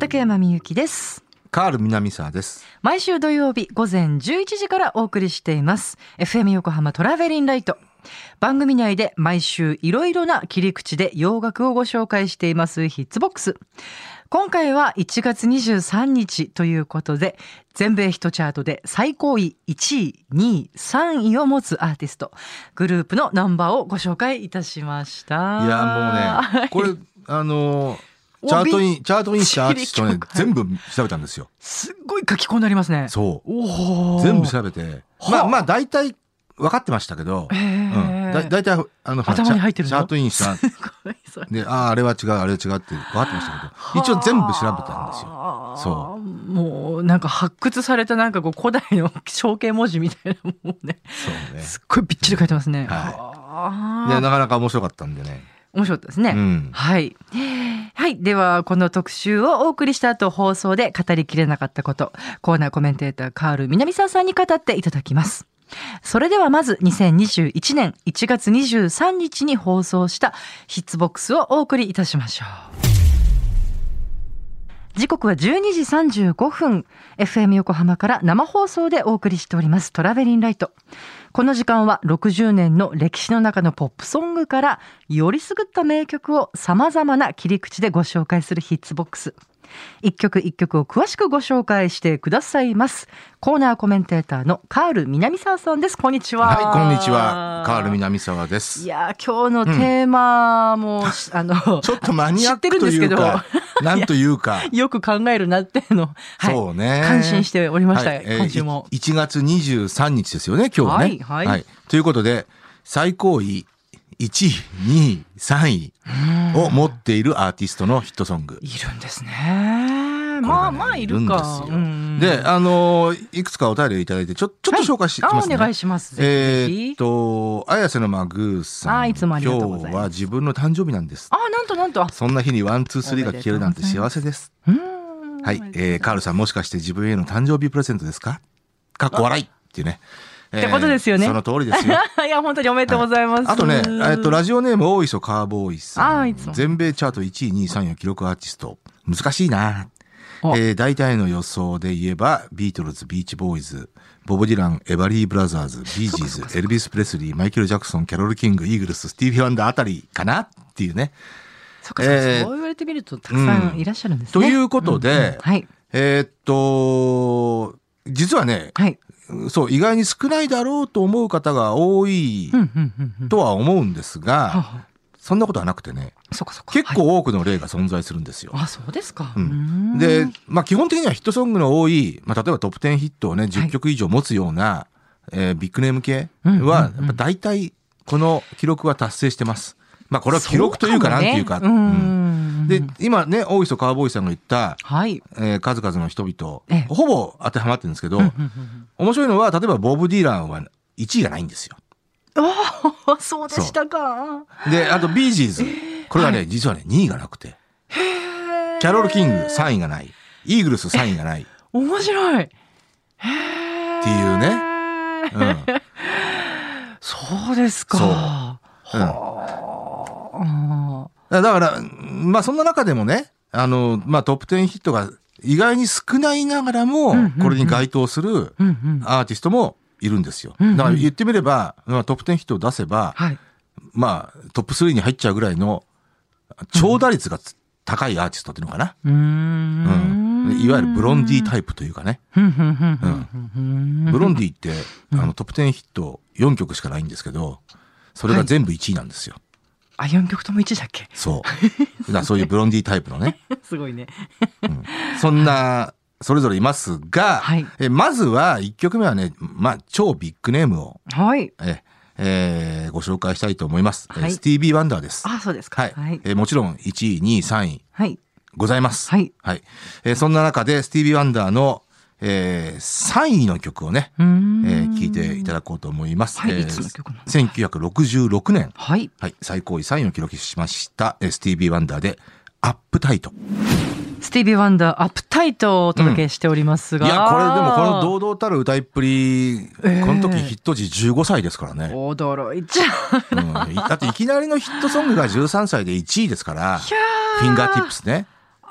畠山みゆきです。 カール南沢です。 毎週土曜日午前11時からお送りしています FM 横浜トラベリンライト。番組内で毎週いろいろな切り口で洋楽をご紹介していますヒッツボックス。今回は1月23日ということで、全米ヒットチャートで最高位1位、2位、3位を持つアーティスト、グループのナンバーをご紹介いたしました。 いやもうね、これチャートインしたアーティストね、全部調べたんですよ。 すっごい書き込んでありますね。 そう。全部調べて、まあ大体分かってましたけど、大体頭に入ってるのチャートインしたで、あれは違うあれは違うって分かってましたけど、一応全部調べたんですよ。そう。 もうなんか発掘されたなんかこう古代の象形文字みたいなもんね。 そうね。 すっごいびっちり書いてますね。 はい。でなかなか面白かったんでね。 面白かったですね。はい。はい。では、この特集をお送りした後、放送で語りきれなかったこと、コーナーコメンテーター、カール南沢さんに語っていただきます。それではまず、2021年1月23日に放送したヒッツボックスをお送りいたしましょう。時刻は12時35分、FM 横浜から生放送でお送りしておりますトラベリンライト。この時間は60年の歴史の中のポップソングからよりすぐった名曲を様々な切り口でご紹介するヒッツボックス。一曲一曲を詳しくご紹介してくださいます。コーナーコメンテーターのカール南沢さんです。こんにちは。 はい、こんにちは。カール南沢です。 いや今日のテーマも、 ちょっとマニアックというかなんというかよく考えるなっていうの、 そうね、 感心しておりました、今週も。 1月23日ですよね、今日ね。はい。ということで最高位1位、2位、3位を持っているアーティストのヒットソング。 いるんですね。まあいるか。 で、いくつかお便りをいただいて、ちょっと紹介しますね。 お願いします。 綾瀬のマグーさん。 いつもありがとうございます。 今日は自分の誕生日なんです。 なんと。 そんな日にワン、ツー、スリーが聞けるなんて幸せです。はい。カールさん、もしかして自分への誕生日プレゼントですか？かっこ笑いっていうね。 ってことですよね。 その通りですよ。 いや本当におめでとうございます。 あとね、ラジオネーム大磯カーボーイさん。全米チャート1位、2位、3位を記録アーティスト。難しいな。大体の予想で言えばビートルズ、ビーチボーイズ、ボブ・ディラン、エバリー・ブラザーズ、ビージーズ、エルビス・プレスリー、マイケル・ジャクソン、キャロル・キング、イーグルス、スティービー・ワンダーあたりかなっていうね。 そう言われてみるとたくさんいらっしゃるんですね。 ということで、実はね、そう、意外に少ないだろうと思う方が多いとは思うんですが、そんなことはなくてね、結構多くの例が存在するんですよ。 そうですか。 で、基本的にはヒットソングの多い、例えばトップ10ヒットをね、10曲以上持つような、ビッグネーム系は、やっぱ大体この記録は達成してます。これは記録というかなんていうか。で、今ね、大磯カーボーイさんが言った、数々の人々、ほぼ当てはまってるんですけど、面白いのは、例えばボブ・ディランは1位がないんですよ。 そうでしたか。 で、あとビージーズ。これはね、実はね、2位がなくて。キャロル・キング3位がない。イーグルス3位がない。 面白い。っていうね。 そうですか。 だから、そんな中でもね、トップ10ヒットが意外に少ないながらも、これに該当するアーティストもいるんですよ。だから言ってみれば、トップ10ヒットを出せば、トップ3に入っちゃうぐらいの長打率が高いアーティストっていうのかな。いわゆるブロンディタイプというかね。ブロンディって、トップ10ヒット4曲しかないんですけど、それが全部1位なんですよ。 4曲とも1位だっけ？ そう。そういうブロンディタイプのね。 すごいね。 そんな、それぞれいますが、まずは1曲目はね、超ビッグネームを、ご紹介したいと思います。スティービー・ワンダーです。 そうですか。 もちろん1位、2位、3位、ございます。そんな中でスティービー・ワンダーの、3位の曲をね、聴いていただこうと思います。1966年、最高位3位を記録しましたスティービー・ワンダーでアップタイト。 スティービー・ワンダーアップタイトをお届けしておりますが、 いやこれでもこの堂々たる歌いっぷり、この時ヒット時15歳ですからね。 驚いちゃう、 だっていきなりのヒットソングが13歳で1位ですから、フィンガーティップスね。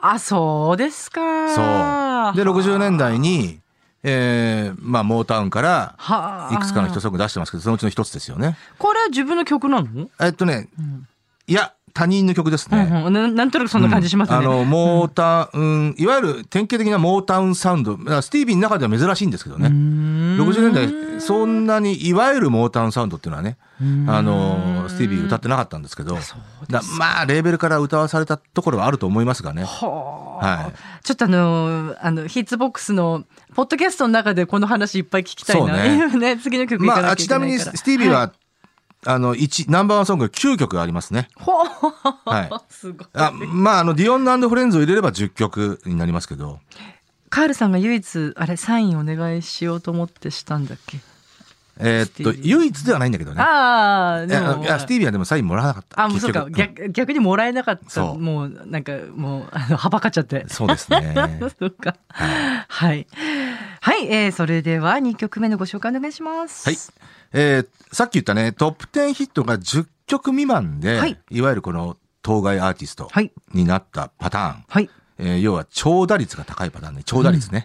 あ、そうですか。 そう。で、60年代に、まあ、モータウンからいくつかのヒットソング出してますけど、そのうちの一つですよね。 これは自分の曲なの？ いや、他人の曲ですね。 なんとなくそんな感じしますね。 モータウン、いわゆる典型的なモータウンサウンド、スティービーの中では珍しいんですけどね。60年代、そんなにいわゆるモータウンサウンドっていうのはね、スティービー歌ってなかったんですけど、まあ、レーベルから歌わされたところはあると思いますがね。 はい、ちょっとヒッツボックスのポッドキャストの中でこの話いっぱい聞きたいな。ね、次の曲いかなきゃいけないから。ちなみにスティービーは、ナンバーワンソング9曲ありますね。 はい。すごい。 まあ、ディオン&フレンズを入れれば10曲になりますけど。 カールさんが唯一、サインお願いしようと思ってしたんだっけ？ 唯一ではないんだけどね。 でも。 スティービーはでもサインもらわなかった。 そうか。逆にもらえなかった。もう、なんか、はばかっちゃって。 そうですね。 そうか。はい。はい。それでは2曲目のご紹介お願いします。 はい。さっき言ったね、トップ10ヒットが10曲未満で、いわゆるこの当該アーティストになったパターン。はい。要は長打率が高いパターンね。長打率ね。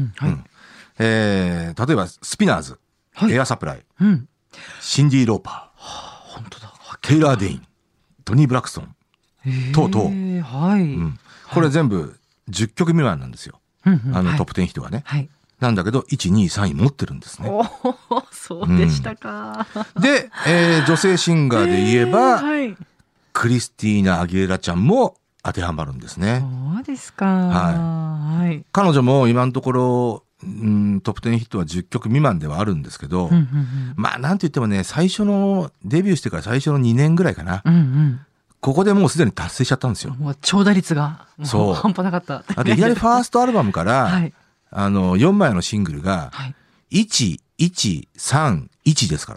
例えば、スピナーズ、エアサプライ、シンディ・ローパー、 本当だ。 テイラー・デイン、トニー・ブラクソン、等々。はい。これ全部10曲未満なんですよ。トップ10ヒットがね。はい。なんだけど、1、2、3位持ってるんですね。 そうでしたか。 で、女性シンガーで言えば、クリスティーナ・アギレラちゃんも当てはまるんですね。 そうですか。はい。 彼女も今のところ、トップ10ヒットは10曲未満ではあるんですけど、まあ、なんと言ってもね、デビューしてから最初の2年ぐらいかな。ここでもうすでに達成しちゃったんですよ。 もう長打率が。半端なかった。 あといきなりファーストアルバムから、4枚のシングルが、1、1、3、1ですから。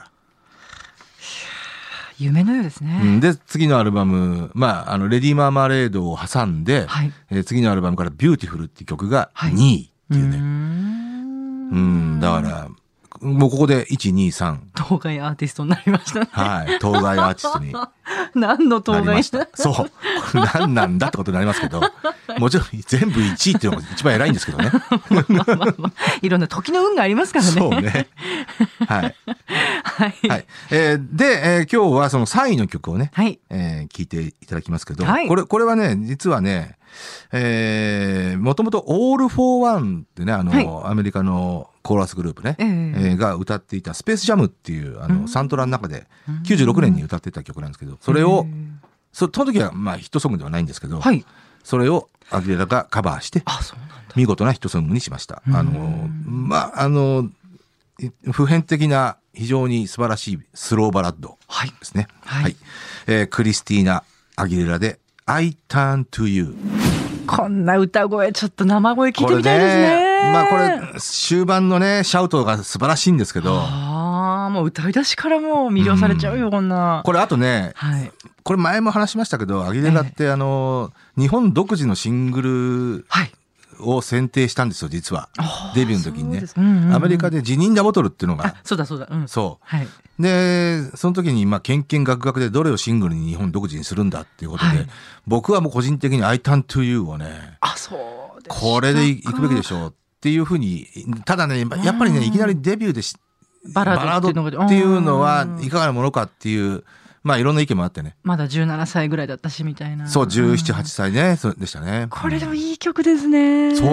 夢のようですね。 で、次のアルバム、まあ、レディー・マーマレードを挟んで、次のアルバムからビューティフルっていう曲が2位っていうね。だから、もうここで1、2、3。 当該アーティストになりましたね。 はい。当該アーティストに。 何の当該そう。何なんだってことになりますけど、もちろん全部1位っていうのが一番偉いんですけどね。 いろんな時の運がありますからね。 そうね。はい。はい。で、今日はその3位の曲をね、聴いていただきますけど、これはね、実はね、もともと All for One ってね、アメリカのコーラスグループね、が歌っていたスペースジャムっていうサントラの中で96年に歌っていた曲なんですけど、それを、その時はまあヒットソングではないんですけど、それをアギレラがカバーして、見事なヒットソングにしました。まあ、普遍的な非常に素晴らしいスローバラッドですね。クリスティーナ・アギレラで I Turn to You。 こんな歌声、ちょっと生声聞いてみたいですね。 まあこれ、終盤のね、シャウトが素晴らしいんですけど。 もう歌い出しからもう魅了されちゃうよ、こんな。 これあとね、これ前も話しましたけど、アギレラって日本独自のシングルを選定したんですよ、実は。デビューの時にね。アメリカでジニンダボトルっていうのが。 そうだ。 そう。で、その時に、まあ、けんけんがくがくでどれをシングルに日本独自にするんだっていうことで、僕はもう個人的に I Turn to You をね、これで行くべきでしょうっていうふうに、ただね、やっぱりね、いきなりデビューでバラードっていうのはいかがなものかっていう、まあいろんな意見もあってね。 まだ17歳ぐらいだったしみたいな。 そう、17、8歳ね、そうでしたね。 これでもいい曲ですね。 そう。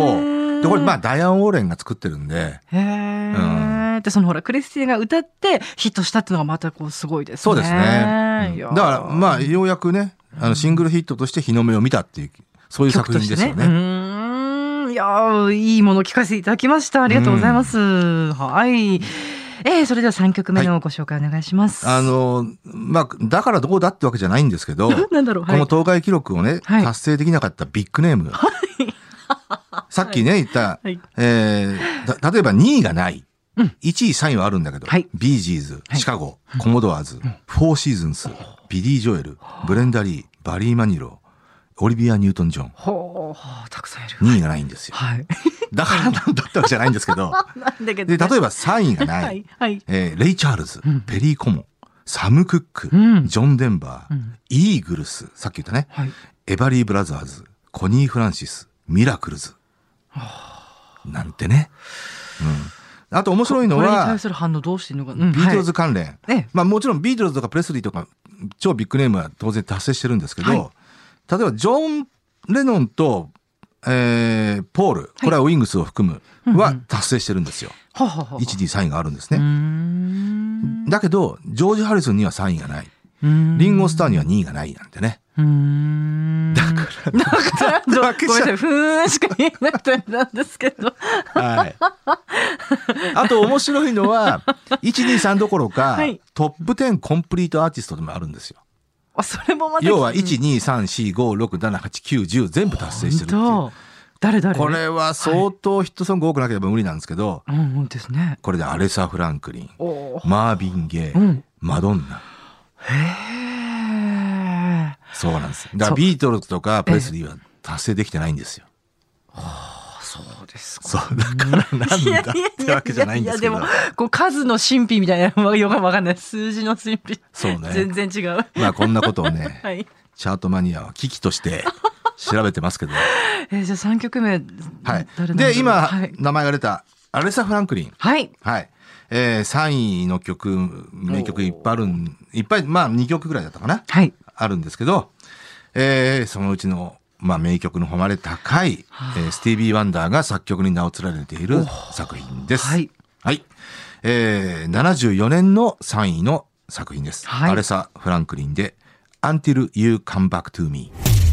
で、これまあダイアン・オーレンが作ってるんで。 で、そのほら、クリスティが歌ってヒットしたっていうのがまたこうすごいですね。 そうですね。だからまあようやくね、シングルヒットとして日の目を見たっていう、そういう作品ですよね。 いやいいものを聞かせていただきました。ありがとうございます。はい。それでは3曲目のご紹介お願いします。 まあ、だからどうだってわけじゃないんですけど、この当該記録をね、達成できなかったビッグネーム。さっきね、言った、例えば2位がない。1位、3位はあるんだけど、ビージーズ、シカゴ、コモドアーズ、フォーシーズンス、ビリー・ジョエル、ブレンダ・リー、バリー・マニロー、オリビア・ニュートン・ジョン。 たくさんいる。 2位がないんですよ。だからなんだったわけじゃないんですけど。で、例えば3位がない。レイ・チャールズ、ペリー・コモン、サム・クック、ジョン・デンバー、イーグルス、さっき言ったね。エバリー・ブラザーズ、 コニー・フランシス、ミラクルズ。なんてね。あと面白いのは、 これに対する反応どうしているのか、 ビートルズ関連。 はい、 まあもちろんビートルズとかプレスリーとか超ビッグネームは当然達成してるんですけど、はい、例えばジョン・レノンと、ポール、これはウィングスを含む、は達成してるんですよ。1、2、3位があるんですね。だけど、ジョージ・ハリソンには3位がない。リンゴ・スターには2位がないなんてね。だからごめんなさい、ふーんしか言えなくてなんですけど。 はい。あと面白いのは、1、2、3どころか、はい、トップ10コンプリートアーティストでもあるんですよ。 それもまた要は、1、2、3、4、5、6、7、8、9、10全部達成してるっていう。 誰これは相当ヒットソング多くなければ無理なんですけど、 ですね。 これでアレサ・フランクリン、マービン・ゲイ、マドンナ。そうなんです。だからビートルズとかプレスリーは達成できてないんですよ。 そうですか。 そうだからなんだってわけじゃないんですけど。 いやでもこう数の神秘みたいなのがよくわかんない。数字の神秘。 そうね。 全然違う。 まあこんなことをね、 はい、 チャートマニアは危機として調べてますけど。 じゃあ3曲目、 はい。で今、名前が出たアレサ・フランクリン。 はい。 はい。3位の曲、名曲いっぱいまあ2曲ぐらいだったかな。 はい。 あるんですけど、そのうちの、まあ、名曲の誉れ高い、スティービー・ワンダーが作曲に名を連ねている作品です。はい。はい。74年の3位の作品です。はい、アレサ・フランクリンで Until You Come Back to Me。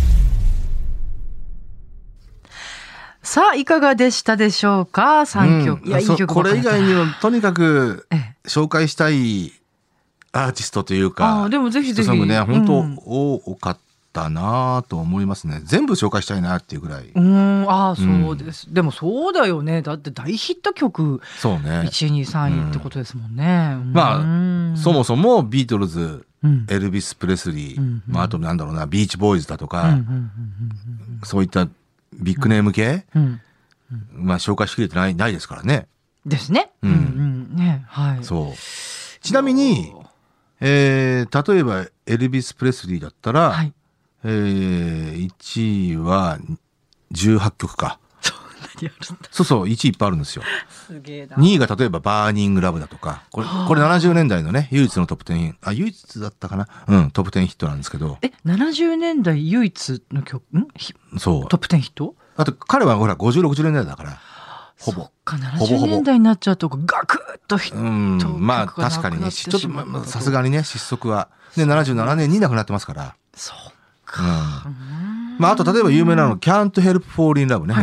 さあ、いかがでしたでしょうか ?3 曲。いや、いい曲ばこれ以外にもとにかく紹介したいアーティストというか、 でもぜひぜひ。 ソングね、本当多かったなと思いますね。全部紹介したいなっていうぐらい。 そうです。でもそうだよね。だって大ヒット曲。 そうね。 1、2、3位ってことですもんね。 まあ、そもそもビートルズ、エルビス・プレスリー、まああとなんだろうな、ビーチボーイズだとか、そういったビッグネーム系、まあ紹介しきれてないですからね。 ですね。ね、はい。 そう。ちなみに、例えばエルビス・プレスリーだったら、はい、1位は18曲か。 そんなにあるんだ。 そうそう、1位いっぱいあるんですよ。 すげえな。 2位が例えばバーニング・ラブだとか、これ70年代のね、唯一のトップ10、唯一だったかな、トップ10ヒットなんですけど。 70年代唯一の曲、 そう。 トップ10ヒット？ あと彼はほら50、60年代だから。ほぼ。 70年代になっちゃうとガクッとまあ確かにね、ちょっとさすがにね、失速は。で、77年に亡くなってますから。 そうか。 まああと例えば有名なの、Can't Help Fall in Love ね。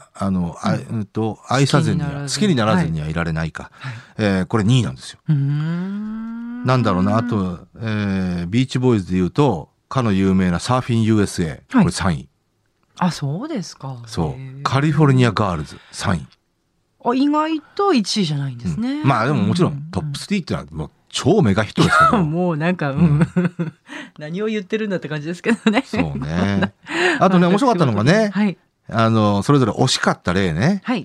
愛さずには、好きにならずにはいられないか。これ2位なんですよ。なんだろうな、あと、ビーチボーイズで言うと、かの有名なサーフィン USA。これ3位。 そうですか。 そう。カリフォルニアガールズ3位。 意外と1位じゃないんですね。 まあでももちろんトップ3ってのはもう超メガヒットですけど。 もうなんか、何を言ってるんだって感じですけどね。 そうね。あとね、面白かったのがね、それぞれ惜しかった例ね。 はい。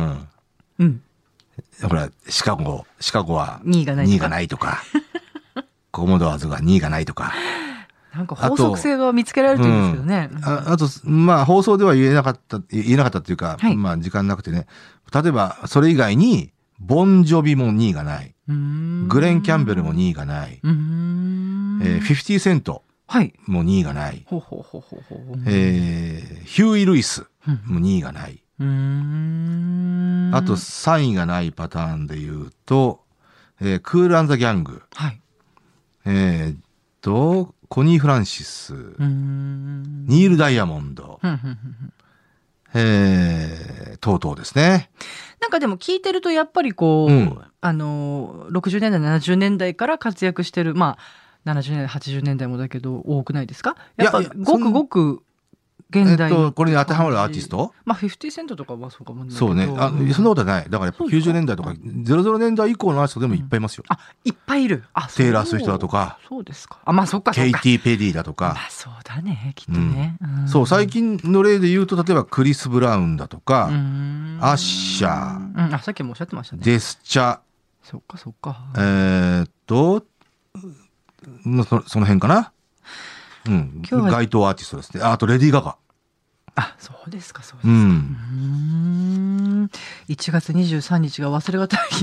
ほら、シカゴは 2位がないとか、コモドアーズが2位がないとか。 なんか法則性が見つけられるといいんですけどね。 あと、まあ放送では言えなかったっていうか、まあ時間なくてね。例えば、それ以外に、ボンジョビも2位がない。グレン・キャンベルも2位がない。50セントも2位がない。ヒューイ・ルイスも2位がない。あと3位がないパターンで言うと、クール・アン・ザ・ギャング。コニー・フランシス、ニール・ダイヤモンド、等々ですね。 なんかでも聞いてるとやっぱりこう、60年代、70年代から活躍してる、まあ、70年代、80年代もだけど多くないですか？やっぱごくごく現代のこれに当てはまるアーティスト？ まあ、50セントとかはそうかもね。 そうね。そんなことはない。だからやっぱ90年代とか、00年代以降のアーティストでもいっぱいいますよ。 いっぱいいる。 テイラー・スウィフトだとか。 そうですか。まあそっかそっか。 ケイティ・ペリーだとか。 まあそうだね、きっとね。 そう、最近の例で言うと、例えばクリス・ブラウンだとか、アッシャー。 さっきもおっしゃってましたね。 デスチャ。 そっかそっか。 その辺かな。該当アーティストですね。あとレディー・ガガ。 あ、そうですか、そうですか。1月23日が忘れがたい。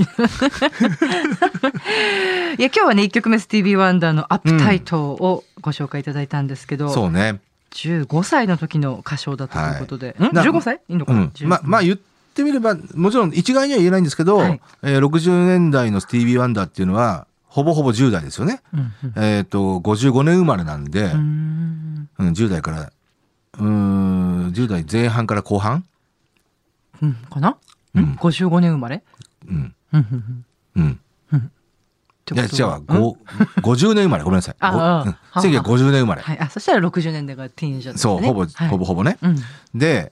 いや、今日はね、1曲目スティービー・ワンダーのアップタイトをご紹介いただいたんですけど、 そうね。 15歳の時の歌唱だったということで。15歳いいのかな、 まあ言ってみれば、もちろん一概には言えないんですけど、はい、60年代のスティービー・ワンダーっていうのは、ほぼほぼ10代ですよね。55年生まれなんで、10代から、10代前半から後半かな、55年生まれいや、違うわ。50年生まれ。ごめんなさい。1950年生まれ。 はい。そしたら60年代がティーンエイジャーですね。 そう、ほぼね。で、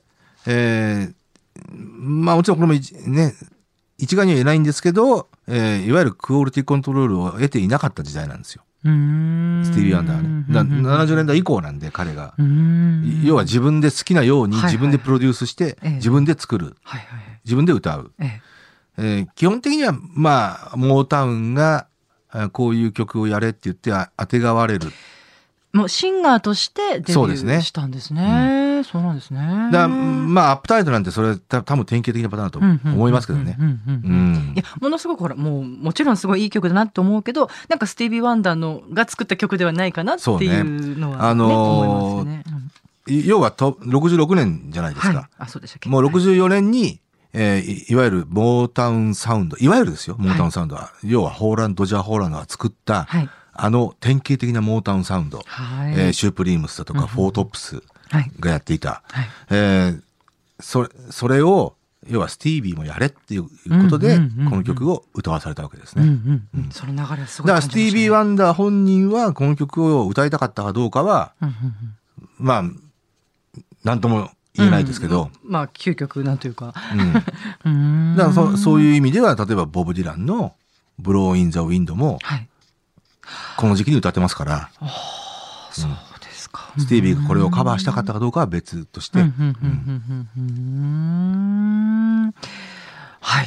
まあもちろんこれもね、一概には言えないんですけど、いわゆるクオリティコントロールを得ていなかった時代なんですよ。スティービー・ワンダーはね。70年代以降なんで、彼が。要は自分で好きなように自分でプロデュースして、自分で作る。自分で歌う。基本的には、まあ、モータウンが、こういう曲をやれって言ってあてがわれる。 もうシンガーとしてデビューしたんですね。そうなんですね。 まあ、アップタイトなんてそれ多分典型的なパターンだと思いますけどね。 いや、ものすごくほら、もちろんすごいいい曲だなと思うけど、なんかスティービー・ワンダーのが作った曲ではないかなっていうのは、思いますよね。 要は66年じゃないですか。 あ、そうでしたっけ。 もう64年に、いわゆるモータウンサウンド、いわゆるですよ、モータウンサウンドは、要はドジャー・ホーランドが作った、典型的なモータウンサウンド、シュープリームスだとか、フォートップスがやっていた。それを、要はスティービーもやれっていうことで、この曲を歌わされたわけですね。 その流れはすごい。 だからスティービー・ワンダー本人はこの曲を歌いたかったかどうかは、まあ、なんとも言えないですけど。 まあ、究極なんというか。 だからそういう意味では、例えばボブ・ディランのブロー・イン・ザ・ウィンドも、この時期に歌ってますから。 そうですか。 スティービーがこれをカバーしたかったかどうかは別として。はい。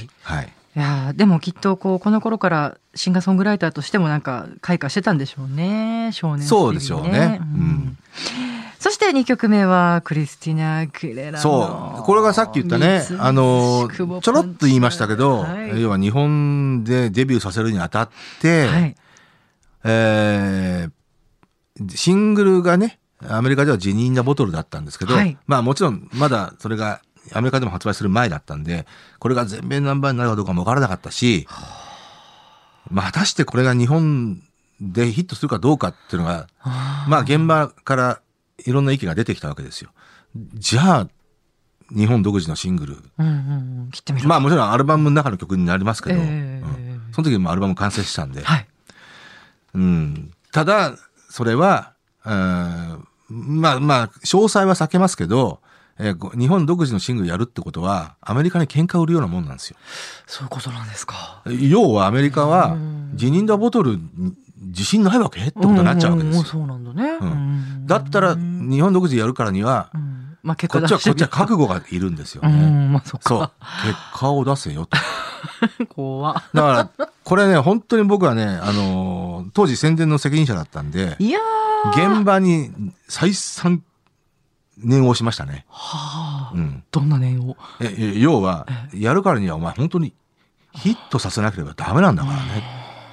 はい。 いやでもきっとこの頃からシンガーソングライターとしてもなんか開花してたんでしょうね。少年スティービーね。 そうでしょうね。 そして2曲目はクリスティナ・アクレラの。 そう。これがさっき言ったね、ちょろっと言いましたけど、要は日本でデビューさせるにあたって、シングルがね、アメリカではジニー・ナ・ボトルだったんですけど、まあもちろんまだそれがアメリカでも発売する前だったんで、これが全米ナンバーになるかどうかも分からなかったし、まあ果たしてこれが日本でヒットするかどうかっていうのが、まあ現場からいろんな意見が出てきたわけですよ。じゃあ、日本独自のシングル。 切ってみる。 まあもちろんアルバムの中の曲になりますけど、その時もアルバム完成したんで。ただ、それは、まあ、詳細は避けますけど、日本独自のシングルやるってことは、アメリカに喧嘩を売るようなもんなんですよ。 そういうことなんですか。 要はアメリカは、ジニー・ナ・ボトル、自信ないわけってことになっちゃうわけですよ。 そうなんだね。 だったら、日本独自でやるからには、こっちは覚悟がいるんですよね。そう。結果を出せよと。 怖っ。 だから、これね、本当に僕はね、当時宣伝の責任者だったんで、現場に再三念をしましたね。 どんな念を？ 要は、やるからにはお前本当にヒットさせなければダメなんだからね。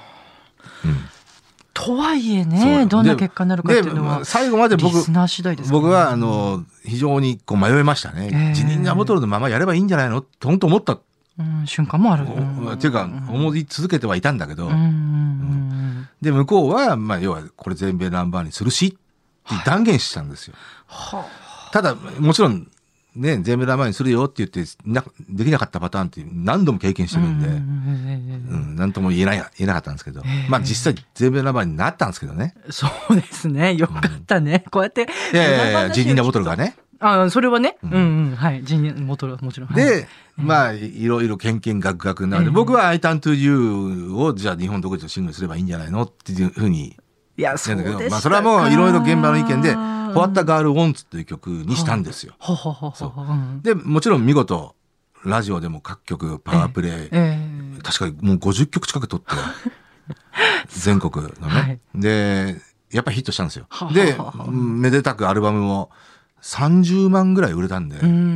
とはいえね、どんな結果になるかっていうのは、 最後まで僕は非常に迷いましたね。ジニー・ナ・ボトルのままやればいいんじゃないのって本当思った。 瞬間もある。 っていうか、思い続けてはいたんだけど、で、向こうは、まあ、要は、これ全米ナンバーにするし、って断言したんですよ。ただ、もちろん、ね、全米ナンバーにするよって言って、できなかったパターンって何度も経験してるんで、なんとも言えなかったんですけど、まあ実際全米ナンバーになったんですけどね。 そうですね。よかったね。こうやって。 ジニー・ナ・ボトルがね。 それはね。はい。ジニー・ボトルはもちろん。 で、まあ、いろいろけんけんがくがくになるので、僕は I Turn to You をじゃあ日本独自のシングルすればいいんじゃないのっていうふうに。 いや、そうですか。 まあ、それはもういろいろ現場の意見で、What the Girl Wants っていう曲にしたんですよ。で、もちろん見事、ラジオでも各曲パワープレイ、確かにもう50曲近く撮って、全国のね。で、やっぱりヒットしたんですよ。で、めでたくアルバムも 30万ぐらい売れたんで。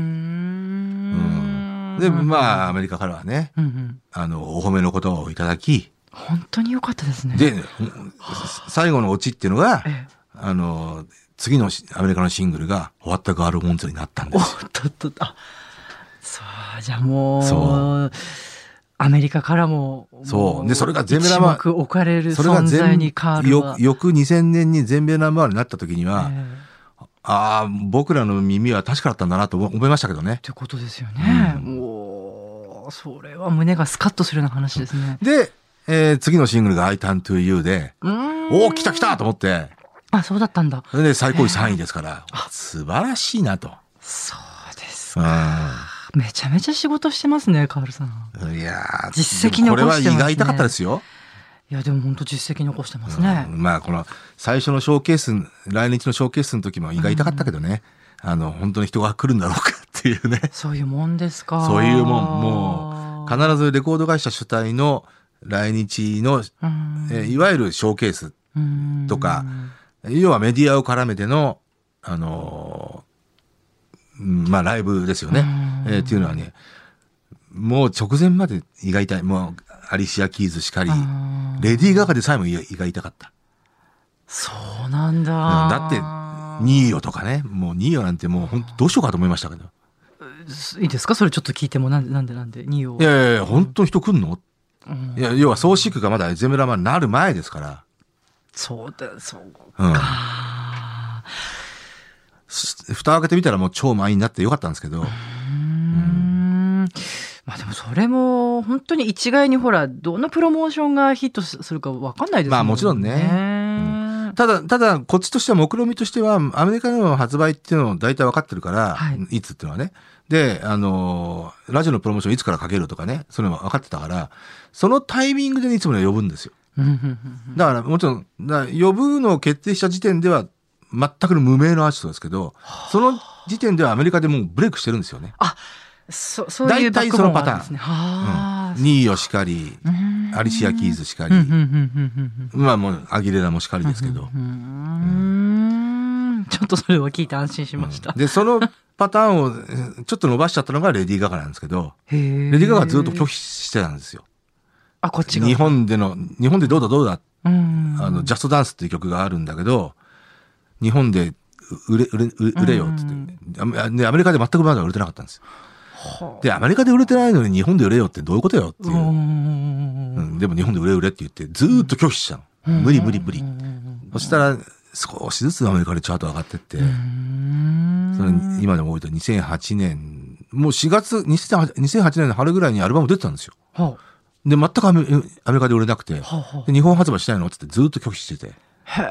で、まあ、アメリカからはね、お褒めの言葉をいただき。 本当に良かったですね。 で、最後のオチっていうのが、次のアメリカのシングルが、終わったガールモンズになったんですよ。 そう、じゃあもう、アメリカからも、 そう。で、それが全米ナンバー、 置かれる存在に変わる。 翌2000年に全米ナンバーになった時には、僕らの耳は確かだったんだなと思いましたけどね。 ってことですよね。もう、それは胸がスカッとするような話ですね。 で、次のシングルが I Turn to You で、来た来たと思って。 そうだったんだ。 で、最高位3位ですから、素晴らしいなと。 そうですか。めちゃめちゃ仕事してますね、カールさん。 いやー、 実績残してますね。 これは意外痛かったですよ。 いや、でも本当実績残してますね。 まあ、この最初のショーケース、来日のショーケースの時も意外痛かったけどね。本当に人が来るんだろうかっていうね。 そういうもんですか。 そういうもん。もう、必ずレコード会社主体の来日の、いわゆるショーケースとか、要はメディアを絡めての、まあライブですよね。っていうのはね、もう直前まで胃が痛い。もうアリシア・キーズしかり、レディー・ガガでさえも胃が痛かった。 そうなんだ。 だって、ニーヨとかね、もうニーヨなんてもう本当どうしようかと思いましたけど。 いいですかそれちょっと聞いても、なんでニーヨ。 いやいや、本当に人来んの、いや、要はソーシックがまだ全米ナンバーになる前ですから。そうか。蓋を開けてみたらもう超満員になってよかったんですけど。 まあでもそれも本当に一概にほらどんなプロモーションがヒットするか分かんないですもんね。 まあもちろんね。ただこっちとしては目論見としてはアメリカの発売っていうのを大体分かってるから、いつっていうのはね。で、ラジオのプロモーションいつからかけるとかね、そういうのは分かってたから、そのタイミングでいつも呼ぶんですよ。だからもちろん、呼ぶのを決定した時点では全くの無名のアーティストですけど、その時点ではアメリカでもうブレイクしてるんですよね。 そういうバックボーンがあるんですね。 ニーヨしかり、アリシア・キーズしかり、まあもうアギレラもしかりですけど。 ちょっとそれを聞いて安心しました。 で、そのパターンをちょっと伸ばしちゃったのがレディー・ガガなんですけど、レディー・ガガはずっと拒否してたんですよ。 こっちが。 日本でどうだ、ジャストダンスっていう曲があるんだけど、日本で売れよって言って、アメリカで全くまだ売れてなかったんです。で、アメリカで売れてないのに日本で売れよってどういうことよっていう。でも日本で売れって言ってずーっと拒否したの。無理。そしたら少しずつアメリカでチャート上がってって、それ今でも覚えて2008年、もう2008年の春ぐらいにアルバム出てたんですよ。で、全くアメリカで売れなくて、で日本発売したいのって言ってずっと拒否してて。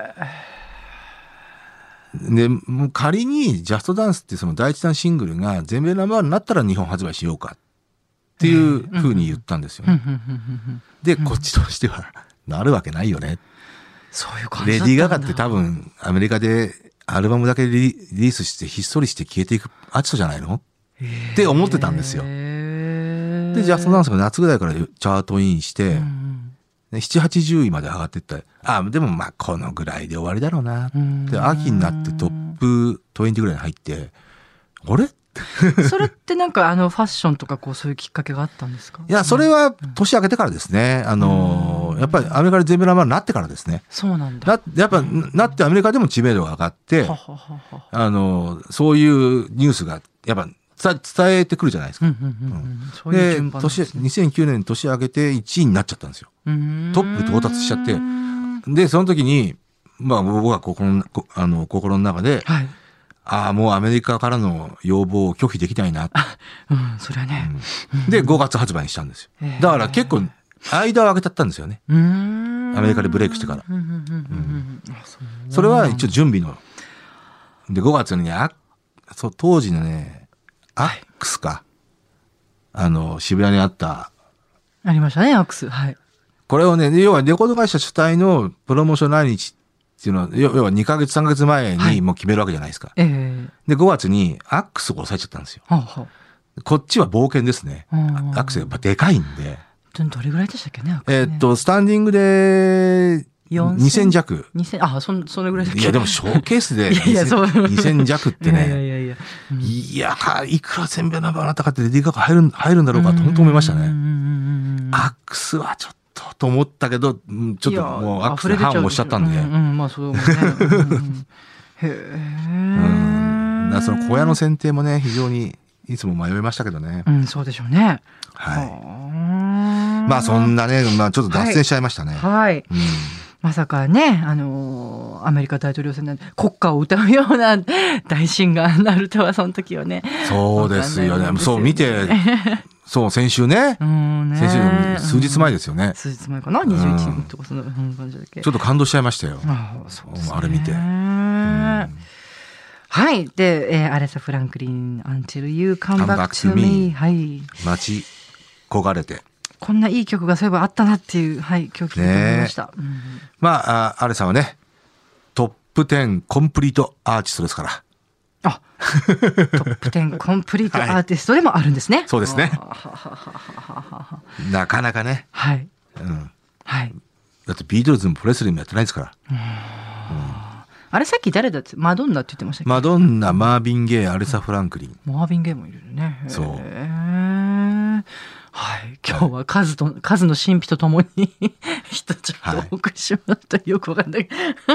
で、もう仮にジャストダンスってその第一弾シングルが全米ナンバーになったら日本発売しようかっていうふうに言ったんですよね。で、こっちとしてはなるわけないよね。 そういう感じだったんだ。 レディー・ガガって多分アメリカでアルバムだけリリースしてひっそりして消えていくアーティストじゃないのって思ってたんですよ。で、ジャストダンスが夏ぐらいからチャートインして、7、80位まで上がっていった。でもまあこのぐらいで終わりだろうな。で、秋になってトップ20ぐらいに入って、あれそれってなんかファッションとかそういうきっかけがあったんですか？ いや、それは年明けてからですね。やっぱりアメリカで全米ナンバーになってからですね。 そうなんだ。 やっぱなってアメリカでも知名度が上がって、そういうニュースがやっぱ伝えてくるじゃないですか。で、2009年年明けて1位になっちゃったんですよ。トップ到達しちゃって。で、その時に、まあ僕は心の中で、もうアメリカからの要望を拒否できないな。 それはね。 で、5月発売にしたんですよ。だから結構、間を空けちゃったんですよね。アメリカでブレイクしてから。それは一応準備の。で、5月にね、当時のね、アックスか。渋谷にあった。 ありましたね、アックス。はい。 これをね、要はレコード会社主体のプロモーション来日っていうのは、要は2ヶ月3ヶ月前にもう決めるわけじゃないですか。で、5月にアックスを抑えちゃったんですよ。こっちは冒険ですね。アックスやっぱでかいんで。 どれぐらいでしたっけね、 スタンディングで 2000弱。 それぐらいだっけ。 いや、でもショーケースで2000弱ってね。いや、いくら全米ナンバーになったかってレディー・ガガ入るんだろうかと本当思いましたね。アックスはちょっと思ったけど、ちょっともうアックスで判を押しちゃったんで。 まあそうね。へえ。 その小屋の選定もね、非常にいつも迷いましたけどね。 そうでしょうね。 はい。まあそんなね、ちょっと脱線しちゃいましたね。 はい。まさかね、アメリカ大統領選で国歌を歌うような大シンガーになるとは、その時はね。 そうですよね。そう、見て、そう、先週ね。先週、数日前ですよね。 数日前かな ?21 日とかそんな感じだっけ。 ちょっと感動しちゃいましたよ。あれ見て。 はい。で、アレサ・フランクリン、Until You Come Back to Me。はい。 待ち焦がれて。 こんないい曲がそういえばあったなっていう、はい、今日聞いて思いました。 まあ、アレさんはね、トップ10コンプリートアーティストですから。 トップ10コンプリートアーティストでもあるんですね。 そうですね。なかなかね。 はい。 はい。だってビートルズもプレスリーもやってないですから。 あれさっき誰だってマドンナって言ってましたっけ？ マドンナ、マービン・ゲイ、アレサ・フランクリン。 マービン・ゲイもいるね。 そう。 はい。今日は数の神秘とともにちょっとお送りしまった。よくわかんない。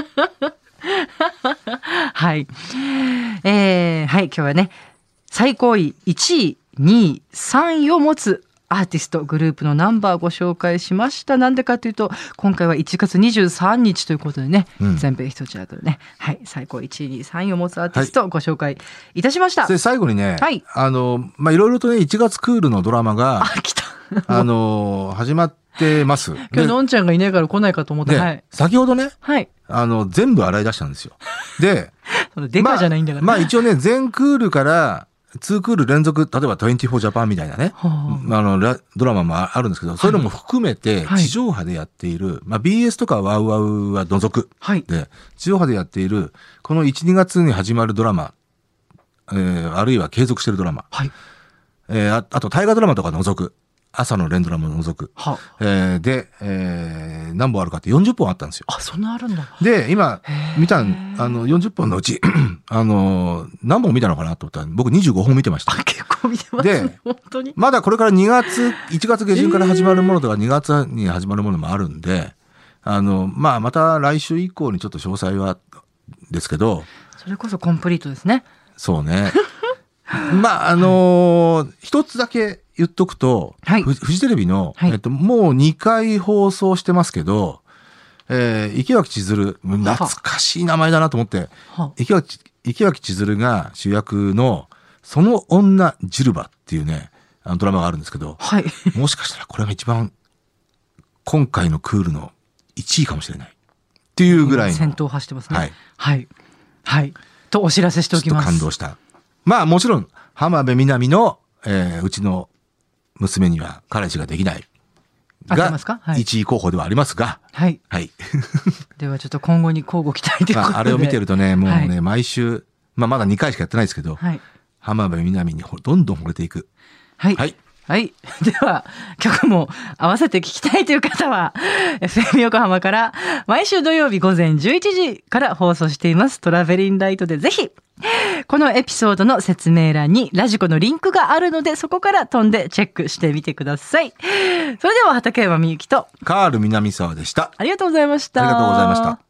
はい。はい。今日はね、最高位1位、2位、3位を持つアーティストグループのナンバーをご紹介しました。なんでかというと、今回は1月23日ということでね、全米ヒットチャートでね、はい、最高1位、2位、3位を持つアーティストをご紹介いたしました。 で、最後にね、 はい、 いろいろとね、1月クールのドラマが、始まってます。 今日のんちゃんがいないから来ないかと思って、はい、 先ほどね、 はい、 全部洗い出したんですよ。で、 デカじゃないんだから。 まあ一応ね、全クールから、2クール連続、例えば24ジャパンみたいなね、ドラマもあるんですけど、そういうのも含めて地上波でやっている、BS とかワウワウは除く。で、地上波でやっている、この1、2月に始まるドラマ、あるいは継続しているドラマ、あと大河ドラマとか除く。朝の連ドラマを除く。で、何本あるかって40本あったんですよ。 そんなあるんだ。 で、今、見た、40本のうち、何本見たのかなと思ったら、僕25本見てました。 結構見てますね。で、本当に。 まだこれから1月下旬から始まるものとか2月に始まるものもあるんで、また来週以降にちょっと詳細は、ですけど。 それこそコンプリートですね。 そうね。一つだけ言っとくと、フジテレビの、もう2回放送してますけど、池脇千鶴、懐かしい名前だなと思って、池脇千鶴が主役の、その女ジルバっていうね、ドラマがあるんですけど、もしかしたらこれが一番、今回のクールの1位かもしれない。っていうぐらいの。 先頭を走ってますね。はい。はい。とお知らせしておきます。 ちょっと感動した。もちろん、浜辺美波の、うちの娘には彼氏ができない。が、1位候補ではありますが。 はい。 はい。 ではちょっと今後に交互期待ということで。 あれを見てるとね、もうね、毎週、まだ2回しかやってないですけど、浜辺美波にどんどん惚れていく。 はい。はい。では、曲も合わせて聞きたいという方は、FM 横浜から毎週土曜日午前11時から放送していますトラベリンライトでぜひ、このエピソードの説明欄にラジコのリンクがあるので、そこから飛んでチェックしてみてください。それでは畠山みゆきとカール南沢でした。 ありがとうございました。 ありがとうございました。